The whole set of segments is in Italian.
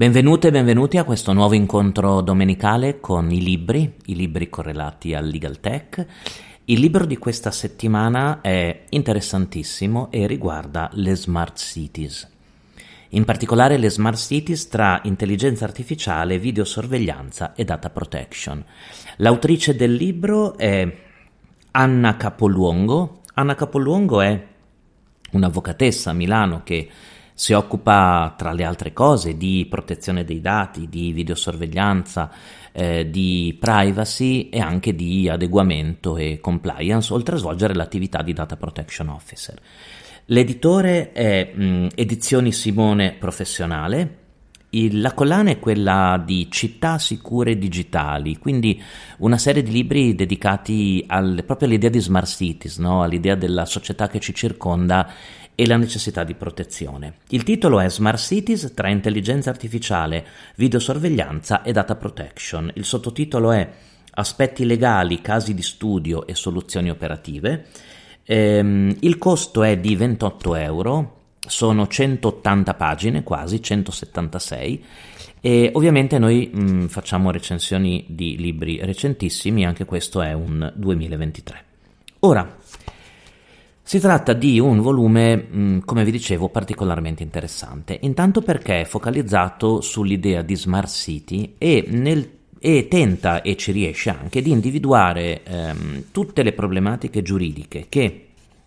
Benvenute e benvenuti a questo nuovo incontro domenicale con i libri correlati al Legal Tech. Il libro di questa settimana è interessantissimo e riguarda le Smart Cities. In particolare le Smart Cities tra intelligenza artificiale, videosorveglianza e data protection. L'autrice del libro è Anna Capoluongo. Anna Capoluongo è un'avvocatessa a Milano che si occupa, tra le altre cose, di protezione dei dati, di videosorveglianza, di privacy e anche di adeguamento e compliance, oltre a svolgere l'attività di Data Protection Officer. L'editore è Edizioni Simone Professionale. La collana è quella di Città Sicure Digitali, quindi una serie di libri dedicati proprio all'idea di Smart Cities, no? All'idea della società che ci circonda e la necessità di protezione. Il titolo è Smart Cities tra intelligenza artificiale, videosorveglianza e data protection. Il sottotitolo è Aspetti legali, casi di studio e soluzioni operative. Il costo è di 28 euro, sono 180 pagine, quasi 176, e ovviamente noi facciamo recensioni di libri recentissimi, anche questo è un 2023. Ora, si tratta di un volume, come vi dicevo, particolarmente interessante, intanto perché è focalizzato sull'idea di Smart City e tenta, e ci riesce anche, di individuare tutte le problematiche giuridiche che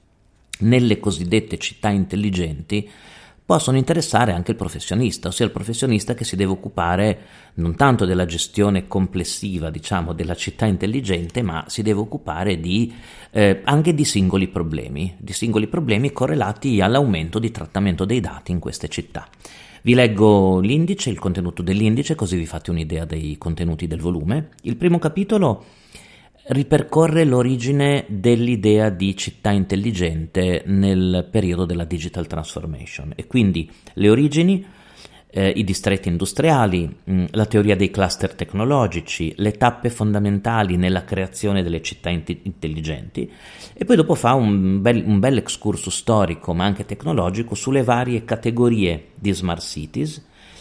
nelle cosiddette città intelligenti possono interessare anche il professionista, ossia il professionista che si deve occupare non tanto della gestione complessiva, diciamo, della città intelligente, ma si deve occupare anche di singoli problemi correlati all'aumento di trattamento dei dati in queste città. Vi leggo l'indice, il contenuto dell'indice, così vi fate un'idea dei contenuti del volume. Il primo capitolo ripercorre l'origine dell'idea di città intelligente nel periodo della digital transformation e quindi le origini, i distretti industriali, la teoria dei cluster tecnologici, le tappe fondamentali nella creazione delle città intelligenti, e poi dopo fa un bel excursus storico ma anche tecnologico sulle varie categorie di smart cities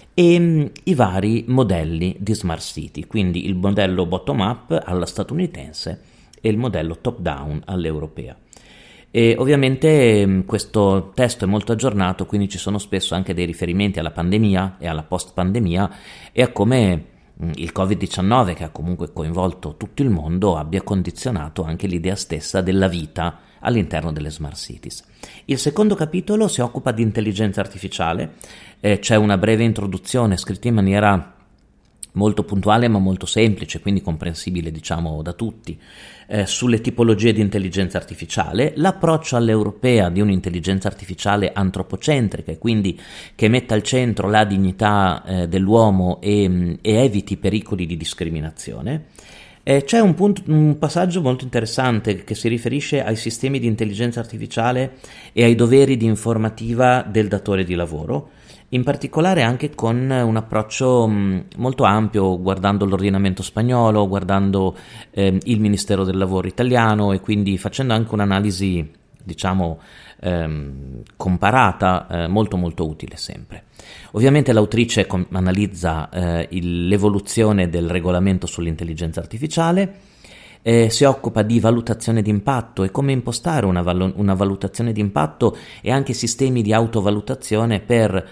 e i vari modelli di Smart City, quindi il modello bottom-up alla statunitense e il modello top-down all'europea. E ovviamente questo testo è molto aggiornato, quindi ci sono spesso anche dei riferimenti alla pandemia e alla post-pandemia e a come il Covid-19, che ha comunque coinvolto tutto il mondo, abbia condizionato anche l'idea stessa della vita all'interno delle Smart Cities. Il secondo capitolo si occupa di intelligenza artificiale. C'è una breve introduzione scritta in maniera molto puntuale ma molto semplice, quindi comprensibile diciamo da tutti, sulle tipologie di intelligenza artificiale, l'approccio all'europea di un'intelligenza artificiale antropocentrica e quindi che metta al centro la dignità dell'uomo e eviti pericoli di discriminazione. C'è un passaggio molto interessante che si riferisce ai sistemi di intelligenza artificiale e ai doveri di informativa del datore di lavoro, in particolare anche con un approccio molto ampio, guardando l'ordinamento spagnolo, guardando il Ministero del Lavoro italiano e quindi facendo anche un'analisi, diciamo, comparata, molto molto utile sempre. Ovviamente l'autrice analizza l'evoluzione del regolamento sull'intelligenza artificiale, si occupa di valutazione di impatto e come impostare una valutazione di impatto e anche sistemi di autovalutazione per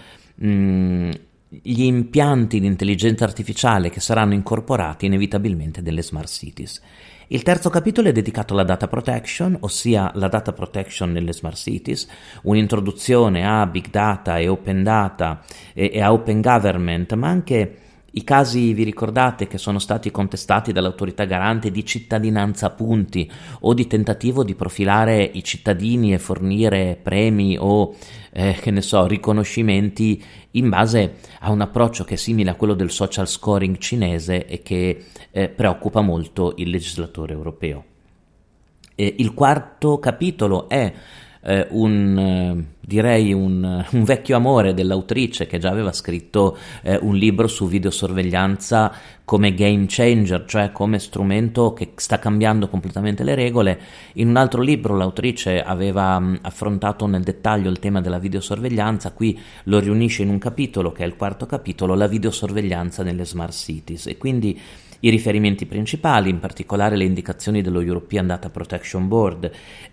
gli impianti di intelligenza artificiale che saranno incorporati inevitabilmente nelle smart cities. Il terzo capitolo è dedicato alla data protection, ossia la data protection nelle smart cities, un'introduzione a big data e open data e a open government, ma anche i casi, vi ricordate, che sono stati contestati dall'autorità garante di cittadinanza a punti o di tentativo di profilare i cittadini e fornire premi o riconoscimenti in base a un approccio che è simile a quello del social scoring cinese e che preoccupa molto il legislatore europeo. Il quarto capitolo è direi un vecchio amore dell'autrice, che già aveva scritto un libro su videosorveglianza come game changer, cioè come strumento che sta cambiando completamente le regole. In un altro libro l'autrice aveva affrontato nel dettaglio il tema della videosorveglianza, qui lo riunisce in un capitolo, che è il quarto capitolo, la videosorveglianza nelle smart cities, e quindi i riferimenti principali, in particolare le indicazioni dello European Data Protection Board,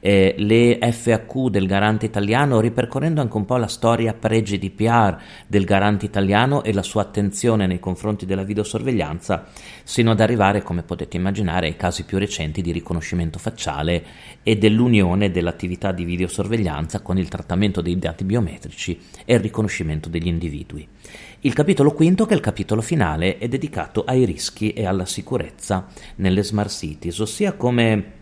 le FAQ del garante italiano, ripercorrendo anche un po' la storia pre-GDPR del garante italiano e la sua attenzione nei confronti della videosorveglianza, sino ad arrivare, come potete immaginare, ai casi più recenti di riconoscimento facciale e dell'unione dell'attività di videosorveglianza con il trattamento dei dati biometrici e il riconoscimento degli individui. Il capitolo quinto, che è il capitolo finale, è dedicato ai rischi e alla sicurezza nelle smart cities, ossia come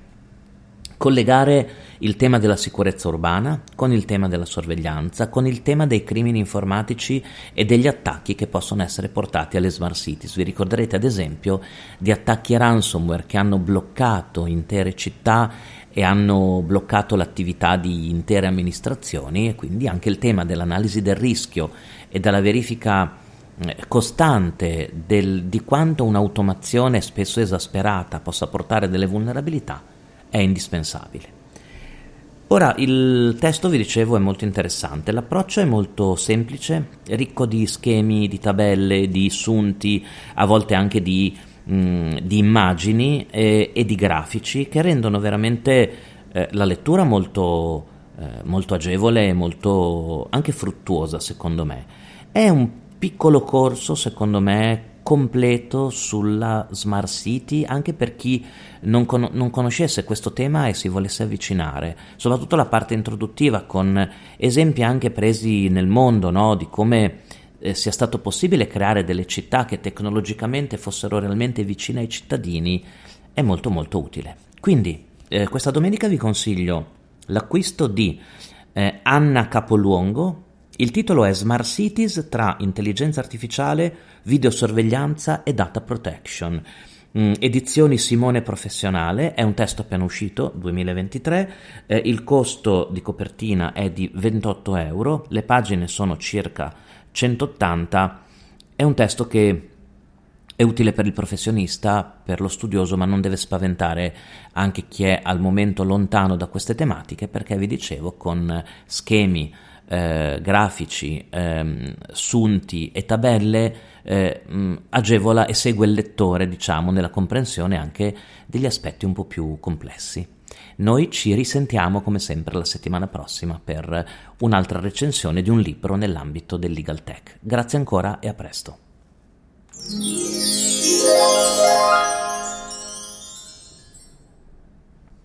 collegare il tema della sicurezza urbana con il tema della sorveglianza, con il tema dei crimini informatici e degli attacchi che possono essere portati alle smart cities. Vi ricorderete ad esempio di attacchi ransomware che hanno bloccato intere città e hanno bloccato l'attività di intere amministrazioni, e quindi anche il tema dell'analisi del rischio e della verifica costante di quanto un'automazione spesso esasperata possa portare delle vulnerabilità è indispensabile. Ora, il testo, vi dicevo, è molto interessante, l'approccio è molto semplice, ricco di schemi, di tabelle, di sunti, a volte anche di immagini e di grafici, che rendono veramente la lettura molto agevole e molto anche fruttuosa, secondo me. È un piccolo corso, secondo me, completo sulla Smart City, anche per chi non conoscesse questo tema e si volesse avvicinare, soprattutto la parte introduttiva, con esempi anche presi nel mondo, no? Di come sia stato possibile creare delle città che tecnologicamente fossero realmente vicine ai cittadini, è molto molto utile. Quindi questa domenica vi consiglio l'acquisto di Anna Capoluongo. Il titolo è Smart Cities tra intelligenza artificiale, videosorveglianza e data protection. Edizioni Simone Professionale, è un testo appena uscito, 2023, il costo di copertina è di 28 euro, le pagine sono circa 180, è un testo che è utile per il professionista, per lo studioso, ma non deve spaventare anche chi è al momento lontano da queste tematiche, perché vi dicevo, con schemi grafici, sunti e tabelle agevola e segue il lettore, diciamo, nella comprensione anche degli aspetti un po' più complessi. Noi ci risentiamo come sempre la settimana prossima per un'altra recensione di un libro nell'ambito del Legal Tech. Grazie ancora e a presto.